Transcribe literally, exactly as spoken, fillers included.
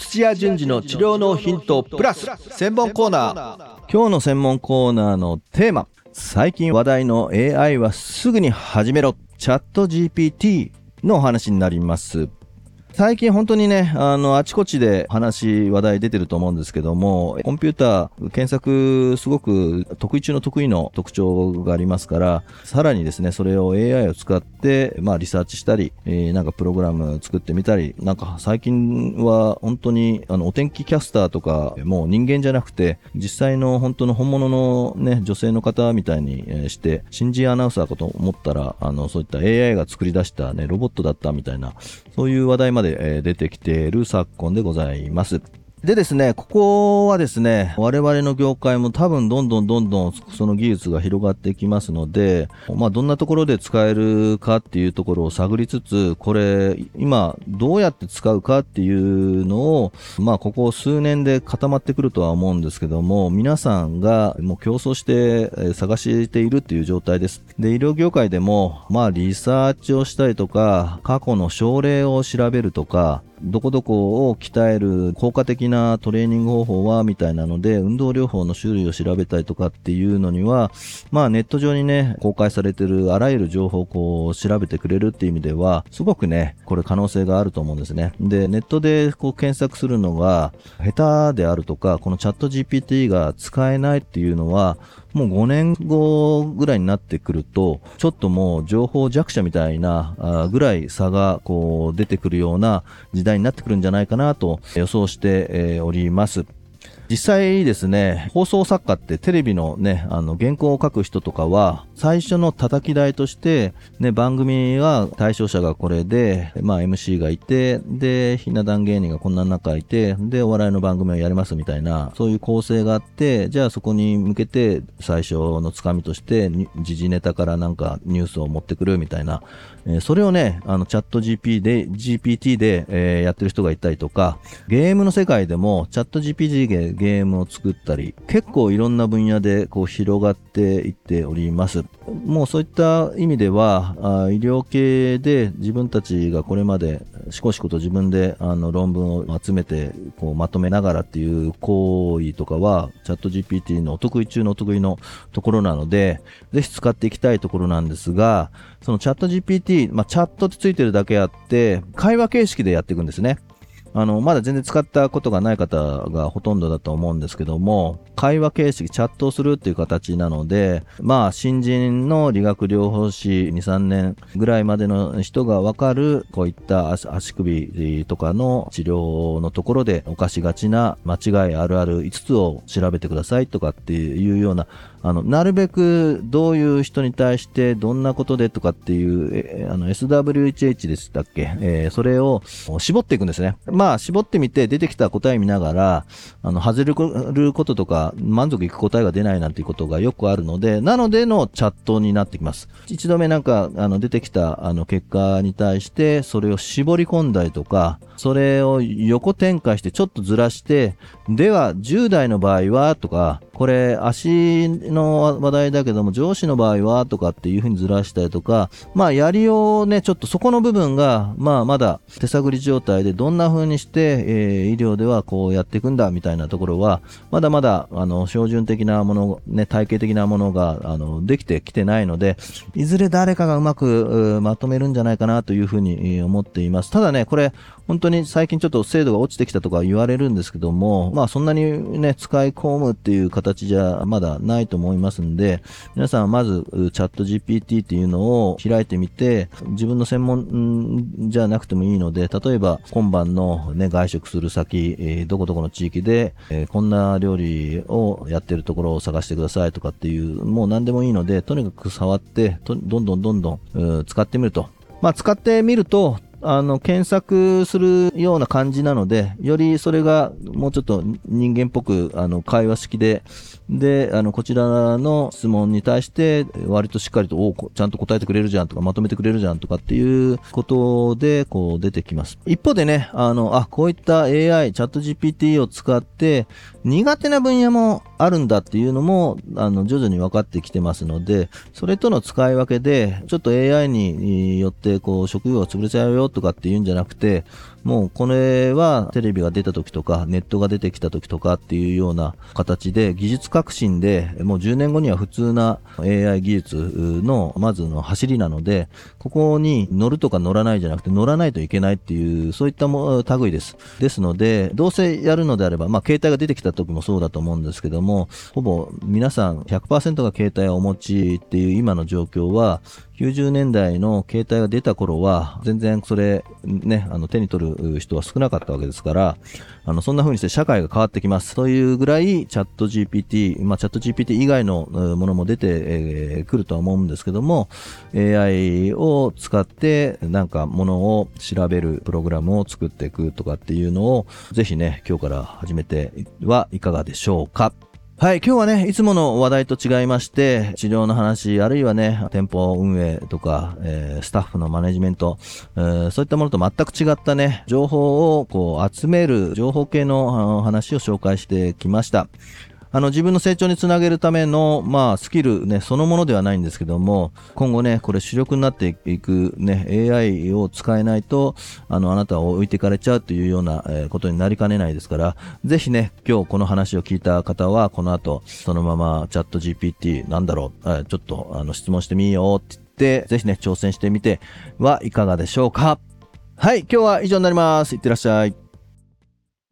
土屋順次の治療のヒントプラス専門コーナー。 今日の専門コーナーのテーマ、最近話題の エーアイ はすぐに始めろ、チャット ジーピーティー のお話になります。最近本当にね、あの、あちこちで話、話題出てると思うんですけども、コンピューター、検索、すごく得意中の得意の特徴がありますから、さらにですね、それを エーアイ を使って、まあ、リサーチしたり、えー、なんかプログラム作ってみたり、なんか最近は本当に、あの、お天気キャスターとか、もう人間じゃなくて、実際の本当の本物のね、女性の方みたいにして、新人アナウンサーかと思ったら、あの、そういった エーアイ が作り出したね、ロボットだったみたいな、そういう話題までで出てきている昨今でございます。でですね、ここはですね、我々の業界も多分どんどんどんどんその技術が広がってきますので、まあどんなところで使えるかっていうところを探りつつ、これ今どうやって使うかっていうのを、まあここ数年で固まってくるとは思うんですけども、皆さんがもう競争して探しているっていう状態です。で、医療業界でも、まあリサーチをしたりとか、過去の症例を調べるとか、どこどこを鍛える効果的なトレーニング方法はみたいなので、運動療法の種類を調べたりとかっていうのには、まあネット上にね、公開されてるあらゆる情報をこう調べてくれるっていう意味では、すごくね、これ可能性があると思うんですね。で、ネットでこう検索するのが下手であるとか、このチャット ジーピーティー が使えないっていうのは、もうごねんごぐらいになってくると、ちょっともう情報弱者みたいなぐらい差がこう出てくるような時代になってくるんじゃないかなと予想しております。実際ですね、放送作家ってテレビのね、あの原稿を書く人とかは、最初の叩き台として、ね、番組は対象者がこれで、まあ エムシー がいて、で、ひな壇芸人がこんな中いて、で、お笑いの番組をやりますみたいな、そういう構成があって、じゃあそこに向けて最初のつかみとして、時事ネタからなんかニュースを持ってくるみたいな、えー、それをね、あのチャット ジーピー で、ジーピーティー で、えー、やってる人がいたりとか、ゲームの世界でもチャット ジーピーティー でゲームを作ったり、結構いろんな分野でこう広がっていっております。もうそういった意味では、あ医療系で自分たちがこれまでしこしこと自分であの論文を集めてこうまとめながらっていう行為とかは、チャット ジーピーティー のお得意中のお得意のところなので、ぜひ使っていきたいところなんですが、そのチャット ジーピーティー、まあチャットってついてるだけあって、会話形式でやっていくんですね。あの、まだ全然使ったことがない方がほとんどだと思うんですけども、会話形式、チャットをするっていう形なので、まあ、新人の理学療法士に、さんねんぐらいまでの人がわかる、こういった足、足首とかの治療のところで犯しがちな間違いあるあるいつつを調べてくださいとかっていうような、あの、なるべくどういう人に対してどんなことでとかっていう、えあの、エスダブリューエイチエイチ でしたっけ、えー、それを絞っていくんですね。まあ、絞ってみて出てきた答え見ながら、あの、外れることとか、満足いく答えが出ないなんていうことがよくあるので、なのでのチャットになってきます。一度目なんか、あの、出てきた、あの、結果に対して、それを絞り込んだりとか、それを横展開してちょっとずらして、では、じゅう代の場合は、とか、これ、足の話題だけども、上司の場合は、とかっていう風にずらしたりとか、まあ、やりようね、ちょっとそこの部分が、まあ、まだ手探り状態で、どんな風にして、えー、医療ではこうやっていくんだ、みたいなところは、まだまだ、あの、標準的なもの、ね、体系的なものが、あの、できてきてないので、いずれ誰かがうまく、まとめるんじゃないかな、という風に思っています。ただね、これ、本当に最近ちょっと精度が落ちてきたとか言われるんですけども、まあそんなにね、使い込むっていう形じゃまだないと思いますんで、皆さんはまずチャット ジーピーティー っていうのを開いてみて、自分の専門じゃなくてもいいので、例えば今晩のね、外食する先、えー、どこどこの地域で、えー、こんな料理をやってるところを探してくださいとかっていう、もう何でもいいので、とにかく触って、とどんどんどんどん使ってみると。まあ使ってみると、あの、検索するような感じなので、よりそれがもうちょっと人間っぽく、あの、会話式で、で、あの、こちらの質問に対して、割としっかりと、おちゃんと答えてくれるじゃんとか、まとめてくれるじゃんとかっていうことで、こう出てきます。一方でね、あの、あ、こういった エーアイ、チャット ジーピーティー を使って、苦手な分野もあるんだっていうのも、あの、徐々に分かってきてますので、それとの使い分けで、ちょっと エーアイ によって、こう、職業が潰れちゃうよとかっていうんじゃなくて、 もうこれはテレビが出た時とかネットが出てきた時とかっていうような形で技術革新でもうじゅうねんごには普通な エーアイ 技術のまずの走りなので、ここに乗るとか乗らないじゃなくて乗らないといけないっていうそういったも類です。ですのでどうせやるのであれば、まあ携帯が出てきた時もそうだと思うんですけども、ほぼ皆さん ひゃくパーセント が携帯をお持ちっていう今の状況は、きゅうじゅうねんだいの携帯が出た頃は全然それね、あの手に取る人は少なかったわけですから、あのそんな風にして社会が変わってきますというぐらいチャット ジーピーティー、まあチャット ジーピーティー 以外のものも出てく、えー、るとは思うんですけども、 エーアイ を使ってなんかものを調べるプログラムを作っていくとかっていうのをぜひね、今日から始めてはいかがでしょうか。はい、今日はね、いつもの話題と違いまして、治療の話、あるいはね、店舗運営とか、えー、スタッフのマネジメント、えー、そういったものと全く違ったね、情報をこう集める情報系の話を紹介してきました。あの自分の成長につなげるための、まあ、スキル、ね、そのものではないんですけども、今後ね、これ主力になっていく、ね、エーアイ を使えないと、あのあなたを置いていかれちゃうというような、えー、ことになりかねないですから、ぜひね、今日この話を聞いた方はこの後そのままチャット ジーピーティー なんだろう、えー、ちょっとあの質問してみようって言って、ぜひね挑戦してみてはいかがでしょうか。はい、今日は以上になります。いってらっしゃい。